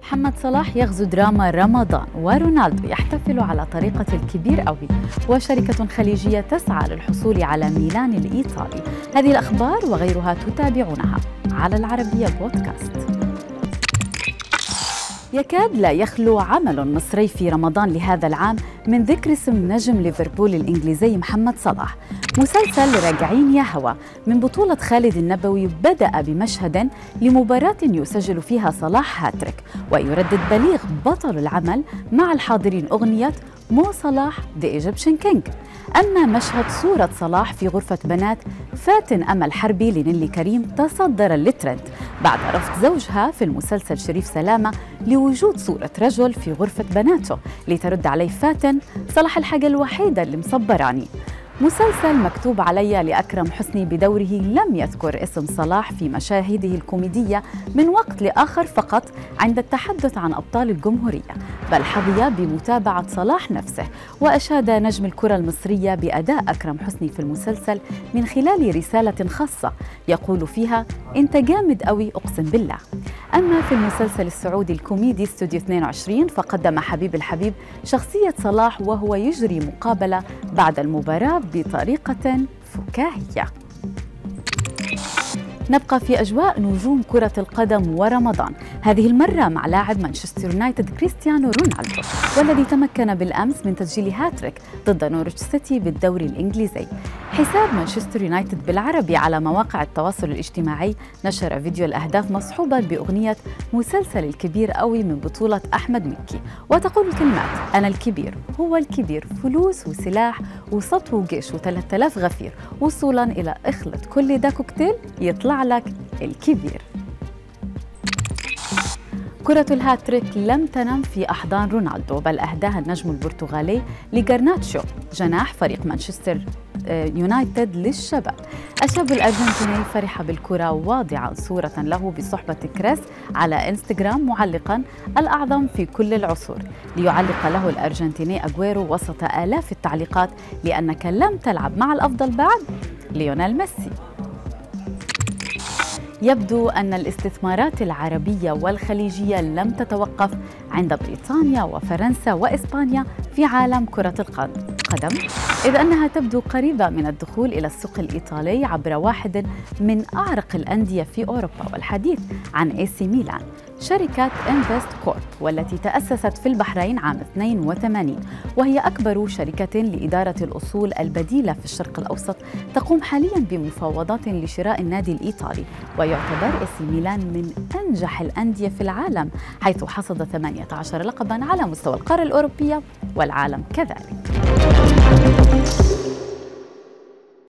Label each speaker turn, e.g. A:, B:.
A: محمد صلاح يغزو دراما رمضان، ورونالدو يحتفل على طريقة الكبير قوي، وشركة خليجية تسعى للحصول على ميلان الإيطالي. هذه الأخبار وغيرها تتابعونها على العربية بودكاست. يكاد لا يخلو عمل مصري في رمضان لهذا العام من ذكر اسم نجم ليفربول الإنجليزي محمد صلاح. مسلسل راجعين يا هوا من بطولة خالد النبوي بدأ بمشهد لمباراة يسجل فيها صلاح هاتريك، ويردد بليغ بطل العمل مع الحاضرين أغنية مو صلاح The Egyptian King. أما مشهد صورة صلاح في غرفة بنات فاتن أمل حربي لنيلي كريم تصدر الترند بعد رفض زوجها في المسلسل شريف سلامة لوجود صورة رجل في غرفة بناته، لترد عليه فاتن: صلاح الحاجة الوحيدة اللي مصبراني. مسلسل مكتوب علي لأكرم حسني بدوره لم يذكر اسم صلاح في مشاهده الكوميدية من وقت لآخر فقط عند التحدث عن أبطال الجمهورية، بل حظي بمتابعة صلاح نفسه. وأشاد نجم الكرة المصرية بأداء أكرم حسني في المسلسل من خلال رسالة خاصة يقول فيها: أنت جامد قوي أقسم بالله. أما في المسلسل السعودي الكوميدي استوديو 22 فقدم حبيب الحبيب شخصية صلاح وهو يجري مقابلة بعد المباراة بطريقة فكاهية. نبقى في أجواء نجوم كرة القدم ورمضان، هذه المرة مع لاعب مانشستر يونايتد كريستيانو رونالدو، والذي تمكن بالأمس من تسجيل هاتريك ضد نورwich سيتي بالدوري الإنجليزي. حساب مانشستر يونايتد بالعربي على مواقع التواصل الاجتماعي نشر فيديو الأهداف مصحوبا بأغنية مسلسل الكبير قوي من بطولة أحمد مكي، وتقول الكلمات: أنا الكبير، هو الكبير، فلوس وسلاح وسطو وجيش و3000 غفير، وصولا إلى اخلط كل ده كوكتيل يطلع لك الكبير. كرة الهاتريك لم تنم في أحضان رونالدو، بل أهداها النجم البرتغالي لغارناتشو جناح فريق مانشستر يونايتد للشباب. الشاب الأرجنتيني فرح بالكرة واضعا صورة له بصحبة كريس على إنستغرام معلقا: الأعظم في كل العصور، ليعلق له الأرجنتيني أغويرو وسط آلاف التعليقات: لأنك لم تلعب مع الأفضل بعد ليونيل ميسي. يبدو أن الاستثمارات العربية والخليجية لم تتوقف عند بريطانيا وفرنسا وإسبانيا في عالم كرة القدم، إذ أنها تبدو قريبة من الدخول إلى السوق الإيطالي عبر واحد من أعرق الأندية في أوروبا، والحديث عن AC ميلان. شركة إنفست كورب، والتي تأسست في البحرين عام 82 وهي أكبر شركة لإدارة الأصول البديلة في الشرق الأوسط، تقوم حالياً بمفاوضات لشراء النادي الإيطالي، ويعتبر AC ميلان من أنجح الأندية في العالم، حيث حصد 18 لقباً على مستوى القارة الأوروبية والعالم كذلك.